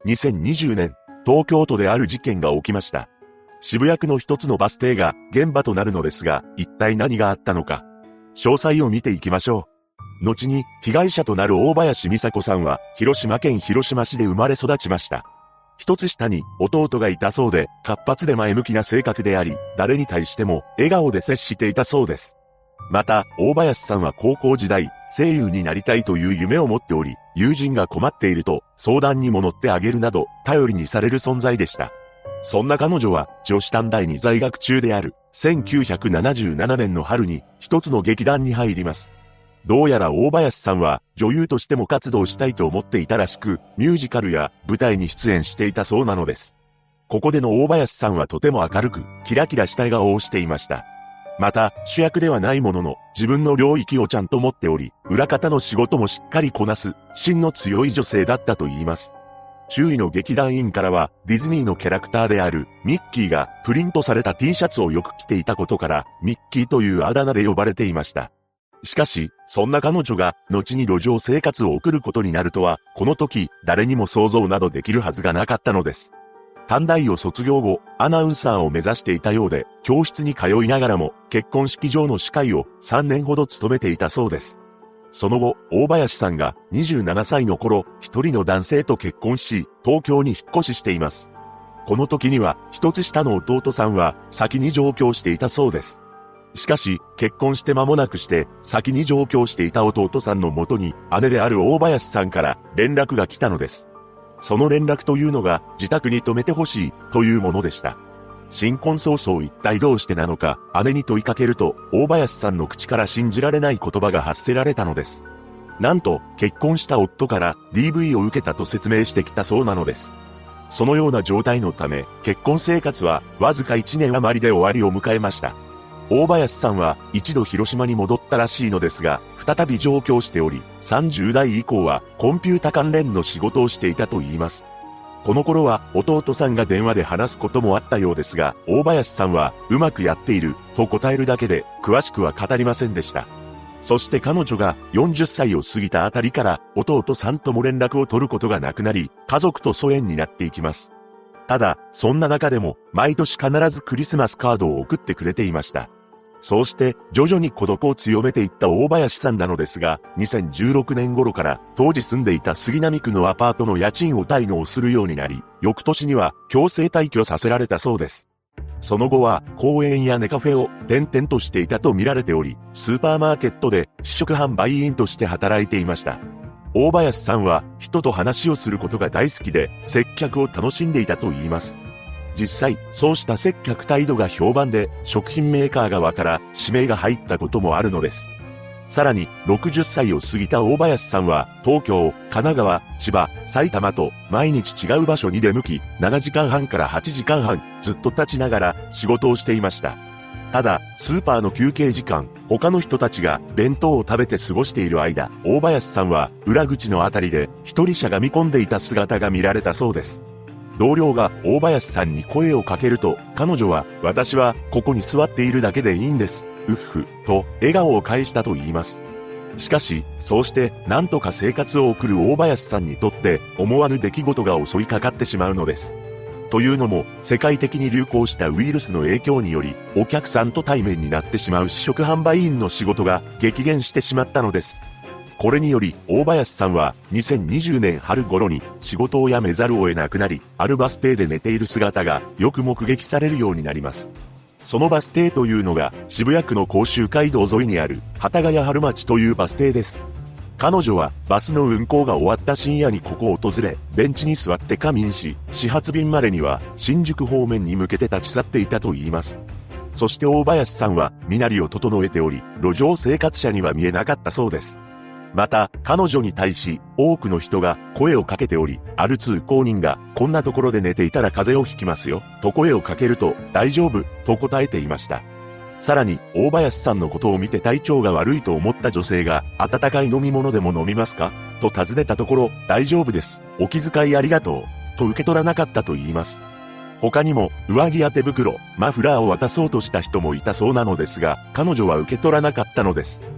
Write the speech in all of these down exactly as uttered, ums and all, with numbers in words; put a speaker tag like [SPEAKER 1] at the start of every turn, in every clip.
[SPEAKER 1] にせんにじゅうねん、東京都である事件が起きました。渋谷区の一つのバス停が現場となるのですが、一体何があったのか。詳細を見ていきましょう。後に、被害者となる大林美佐子さんは、広島県広島市で生まれ育ちました。一つ下に弟がいたそうで、活発で前向きな性格であり、誰に対しても笑顔で接していたそうです。また、大林さんは高校時代、声優になりたいという夢を持っており、友人が困っていると相談にも乗ってあげるなど、頼りにされる存在でした。そんな彼女は、女子短大に在学中である、せんきゅうひゃくななじゅうななねんの春に、一つの劇団に入ります。どうやら大林さんは、女優としても活動したいと思っていたらしく、ミュージカルや舞台に出演していたそうなのです。ここでの大林さんはとても明るく、キラキラした笑顔をしていました。また、主役ではないものの、自分の領域をちゃんと持っており、裏方の仕事もしっかりこなす、芯の強い女性だったと言います。周囲の劇団員からは、ディズニーのキャラクターである、ミッキーが、プリントされた T シャツをよく着ていたことから、ミッキーというあだ名で呼ばれていました。しかし、そんな彼女が、後に路上生活を送ることになるとは、この時、誰にも想像などできるはずがなかったのです。短大を卒業後、アナウンサーを目指していたようで、教室に通いながらも、結婚式場の司会をさんねんほど務めていたそうです。その後、大林さんがにじゅうななさいの頃、一人の男性と結婚し、東京に引っ越ししています。この時には、一つ下の弟さんは、先に上京していたそうです。しかし、結婚して間もなくして、先に上京していた弟さんのもとに、姉である大林さんから連絡が来たのです。その連絡というのが、自宅に泊めてほしい、というものでした。新婚早々一体どうしてなのか、姉に問いかけると、大林さんの口から信じられない言葉が発せられたのです。なんと、結婚した夫から ディーブイ を受けたと説明してきたそうなのです。そのような状態のため、結婚生活は、わずかいちねん余りで終わりを迎えました。大林さんは一度広島に戻ったらしいのですが、再び上京しており、さんじゅうだい以降はコンピュータ関連の仕事をしていたと言います。この頃は弟さんが電話で話すこともあったようですが、大林さんはうまくやっていると答えるだけで詳しくは語りませんでした。そして彼女がよんじゅっさいを過ぎたあたりから弟さんとも連絡を取ることがなくなり、家族と疎遠になっていきます。ただ、そんな中でも毎年必ずクリスマスカードを送ってくれていました。そうして徐々に孤独を強めていった大林さんなのですが、にせんじゅうろくねん頃から当時住んでいた杉並区のアパートの家賃を滞納するようになり、翌年には強制退去させられたそうです。その後は公園やネカフェを転々としていたと見られており、スーパーマーケットで試食販売員として働いていました。大林さんは人と話をすることが大好きで、接客を楽しんでいたと言います。実際、そうした接客態度が評判で、食品メーカー側から指名が入ったこともあるのです。さらに、ろくじゅっさいを過ぎた大林さんは、東京、神奈川、千葉、埼玉と、毎日違う場所に出向き、ななじかんはんからはちじかんはん、ずっと立ちながら仕事をしていました。ただ、スーパーの休憩時間、他の人たちが弁当を食べて過ごしている間、大林さんは、裏口のあたりで、一人しゃがみ込んでいた姿が見られたそうです。同僚が大林さんに声をかけると、彼女は、私はここに座っているだけでいいんです。うっふ、と笑顔を返したと言います。しかし、そうしてなんとか生活を送る大林さんにとって、思わぬ出来事が襲いかかってしまうのです。というのも、世界的に流行したウイルスの影響により、お客さんと対面になってしまう試食販売員の仕事が激減してしまったのです。これにより、大林さんはにせんにじゅうねん春頃に仕事を辞めざるを得なくなり、あるバス停で寝ている姿がよく目撃されるようになります。そのバス停というのが渋谷区の甲州街道沿いにある幡ヶ谷春町というバス停です。彼女はバスの運行が終わった深夜にここを訪れ、ベンチに座って仮眠し、始発便までには新宿方面に向けて立ち去っていたと言います。そして大林さんは身なりを整えており、路上生活者には見えなかったそうです。また、彼女に対し、多くの人が声をかけており、ある通行人が、こんなところで寝ていたら風邪をひきますよ、と声をかけると、大丈夫、と答えていました。さらに、大林さんのことを見て体調が悪いと思った女性が、温かい飲み物でも飲みますかと尋ねたところ、大丈夫です、お気遣いありがとう、と受け取らなかったと言います。他にも、上着や手袋、マフラーを渡そうとした人もいたそうなのですが、彼女は受け取らなかったのです。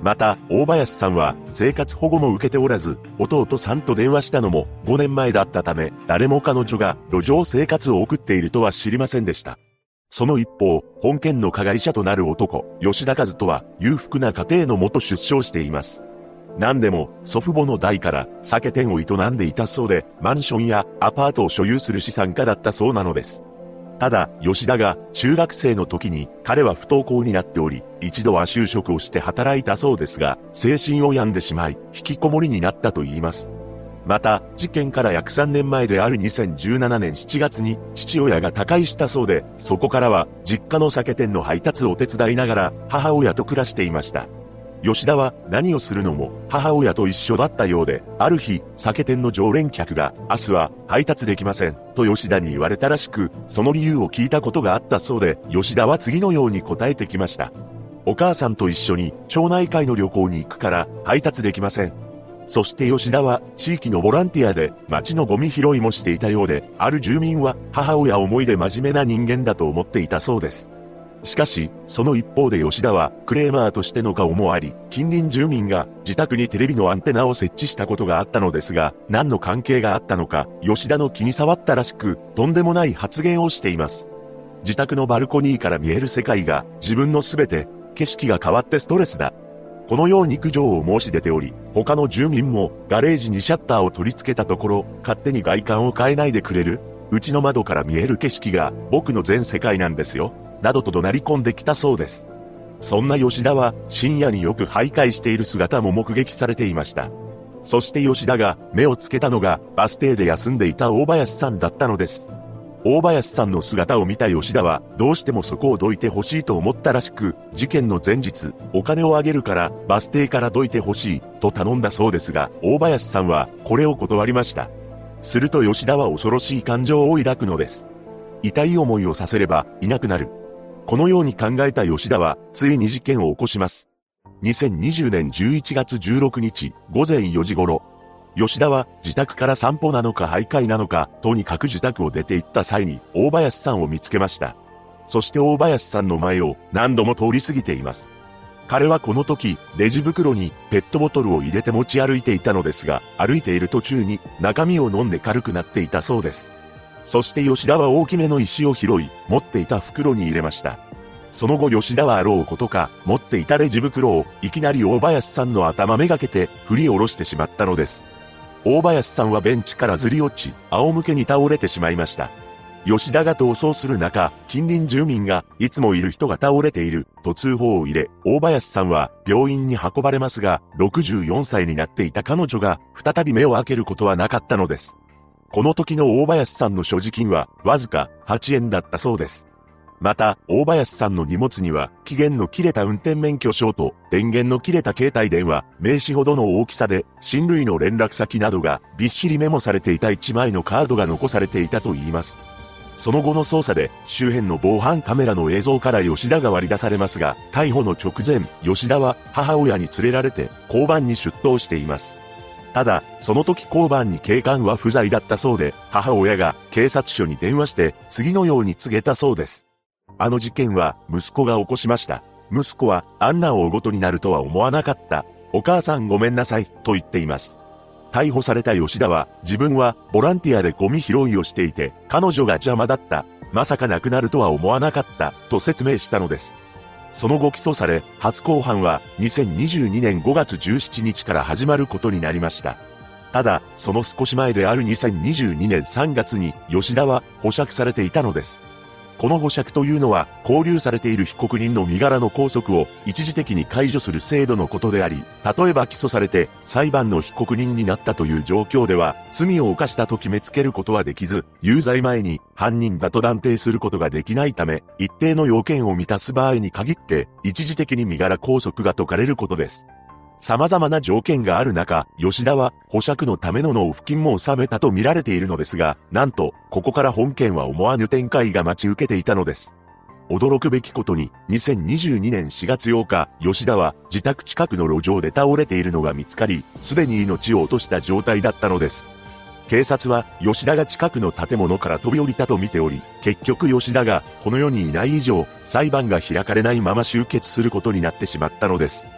[SPEAKER 1] また、大林さんは生活保護も受けておらず、弟さんと電話したのもごねんまえだったため、誰も彼女が路上生活を送っているとは知りませんでした。その一方、本件の加害者となる男、吉田和人は裕福な家庭のもと出生しています。何でも、祖父母の代から酒店を営んでいたそうで、マンションやアパートを所有する資産家だったそうなのです。ただ、吉田が中学生の時に彼は不登校になっており、一度は就職をして働いたそうですが、精神を病んでしまい、引きこもりになったと言います。また、事件から約さんねんまえであるにせんじゅうななねんしちがつに父親が他界したそうで、そこからは実家の酒店の配達を手伝いながら母親と暮らしていました。吉田は何をするのも母親と一緒だったようで、ある日、酒店の常連客が明日は配達できませんと吉田に言われたらしく、その理由を聞いたことがあったそうで、吉田は次のように答えてきました。お母さんと一緒に町内会の旅行に行くから配達できません。そして吉田は地域のボランティアで町のゴミ拾いもしていたようで、ある住民は母親思いで真面目な人間だと思っていたそうです。しかし、その一方で吉田はクレーマーとしての顔もあり、近隣住民が自宅にテレビのアンテナを設置したことがあったのですが、何の関係があったのか、吉田の気に障ったらしく、とんでもない発言をしています。自宅のバルコニーから見える世界が自分のすべて、景色が変わってストレスだ。このように苦情を申し出ており、他の住民もガレージにシャッターを取り付けたところ、勝手に外観を変えないでくれる？うちの窓から見える景色が僕の全世界なんですよ。などと怒鳴り込んできたそうです。そんな吉田は深夜によく徘徊している姿も目撃されていました。そして吉田が目をつけたのがバス停で休んでいた大林さんだったのです。大林さんの姿を見た吉田はどうしてもそこをどいてほしいと思ったらしく、事件の前日、お金をあげるからバス停からどいてほしいと頼んだそうですが、大林さんはこれを断りました。すると吉田は恐ろしい感情を抱くのです。痛い思いをさせればいなくなる。このように考えた吉田はついに事件を起こします。にせんにじゅうねんじゅういちがつじゅうろくにちごぜんよじ頃、吉田は自宅から散歩なのか徘徊なのか、とにかく自宅を出て行った際に大林さんを見つけました。そして大林さんの前を何度も通り過ぎています。彼はこの時、レジ袋にペットボトルを入れて持ち歩いていたのですが、歩いている途中に中身を飲んで軽くなっていたそうです。そして吉田は大きめの石を拾い、持っていた袋に入れました。その後吉田はあろうことか、持っていたレジ袋をいきなり大林さんの頭めがけて振り下ろしてしまったのです。大林さんはベンチからずり落ち、仰向けに倒れてしまいました。吉田が逃走する中、近隣住民が、いつもいる人が倒れている、と通報を入れ、大林さんは病院に運ばれますが、ろくじゅうよんさいになっていた彼女が、再び目を開けることはなかったのです。この時の大林さんの所持金は、わずかはちえんだったそうです。また、大林さんの荷物には、期限の切れた運転免許証と、電源の切れた携帯電話、名刺ほどの大きさで、親類の連絡先などが、びっしりメモされていたいちまいのカードが残されていたといいます。その後の捜査で、周辺の防犯カメラの映像から吉田が割り出されますが、逮捕の直前、吉田は母親に連れられて、交番に出頭しています。ただ、その時交番に警官は不在だったそうで、母親が警察署に電話して、次のように告げたそうです。あの事件は息子が起こしました。息子はあんな大事になるとは思わなかった。お母さんごめんなさい、と言っています。逮捕された吉田は、自分はボランティアでゴミ拾いをしていて、彼女が邪魔だった。まさか亡くなるとは思わなかった、と説明したのです。その後起訴され、初公判はにせんにじゅうにねんごがつじゅうしちにちから始まることになりました。ただ、その少し前であるにせんにじゅうにねんさんがつに吉田は保釈されていたのです。この保釈というのは、勾留されている被告人の身柄の拘束を一時的に解除する制度のことであり、例えば起訴されて裁判の被告人になったという状況では、罪を犯したと決めつけることはできず、有罪前に犯人だと断定することができないため、一定の要件を満たす場合に限って、一時的に身柄拘束が解かれることです。様々な条件がある中、吉田は保釈のための納付金も納めたと見られているのですが、なんと、ここから本件は思わぬ展開が待ち受けていたのです。驚くべきことに、にせんにじゅうにねんしがつようか、吉田は自宅近くの路上で倒れているのが見つかり、すでに命を落とした状態だったのです。警察は吉田が近くの建物から飛び降りたと見ており、結局吉田がこの世にいない以上、裁判が開かれないまま終結することになってしまったのです。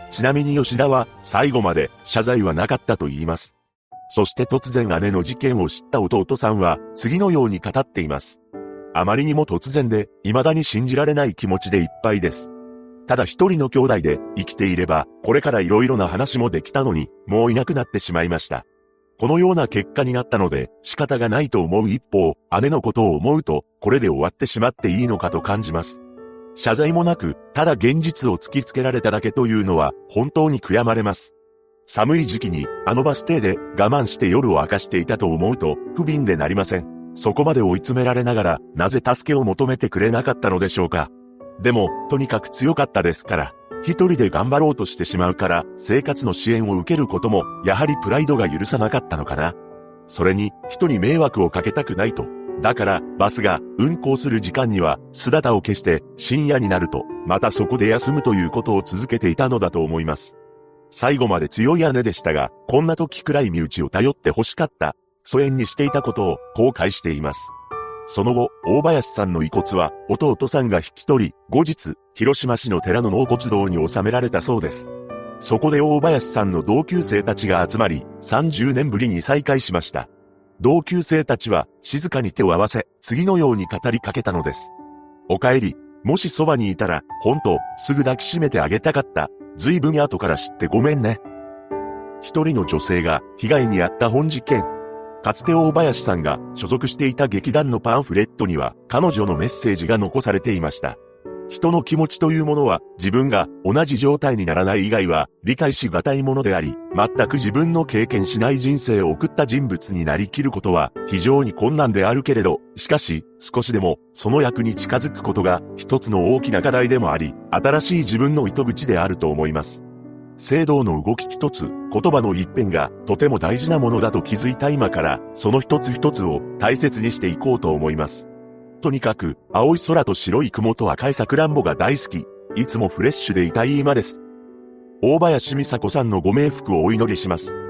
[SPEAKER 1] ちなみに吉田は最後まで謝罪はなかったと言います。そして突然姉の事件を知った弟さんは次のように語っています。あまりにも突然で未だに信じられない気持ちでいっぱいです。ただ一人の兄弟で生きていればこれから色々な話もできたのにもういなくなってしまいました。このような結果になったので仕方がないと思う一方、姉のことを思うとこれで終わってしまっていいのかと感じます。謝罪もなく、ただ現実を突きつけられただけというのは本当に悔やまれます。寒い時期にあのバス停で我慢して夜を明かしていたと思うと不憫でなりません。そこまで追い詰められながらなぜ助けを求めてくれなかったのでしょうか。でも、とにかく強かったですから、一人で頑張ろうとしてしまうから生活の支援を受けることもやはりプライドが許さなかったのかな。それに人に迷惑をかけたくないと。だからバスが運行する時間には姿を消して深夜になるとまたそこで休むということを続けていたのだと思います。最後まで強い姉でしたが、こんな時くらい身内を頼って欲しかった。疎遠にしていたことを後悔しています。その後、大林さんの遺骨は弟さんが引き取り、後日、広島市の寺の納骨堂に納められたそうです。そこで大林さんの同級生たちが集まり、さんじゅうねんぶりに再会しました。同級生たちは静かに手を合わせ、次のように語りかけたのです。お帰り、もしそばにいたら、本当、すぐ抱きしめてあげたかった。ずいぶん後から知ってごめんね。一人の女性が被害に遭った本事件。かつて大林さんが所属していた劇団のパンフレットには彼女のメッセージが残されていました。人の気持ちというものは自分が同じ状態にならない以外は理解しがたいものであり、全く自分の経験しない人生を送った人物になりきることは非常に困難であるけれど、しかし少しでもその役に近づくことが一つの大きな課題でもあり、新しい自分の糸口であると思います。聖堂の動き一つ、言葉の一辺がとても大事なものだと気づいた今から、その一つ一つを大切にしていこうと思います。とにかく、青い空と白い雲と赤いさくらんぼが大好き。いつもフレッシュでいたい今です。大林美佐子さんのご冥福をお祈りします。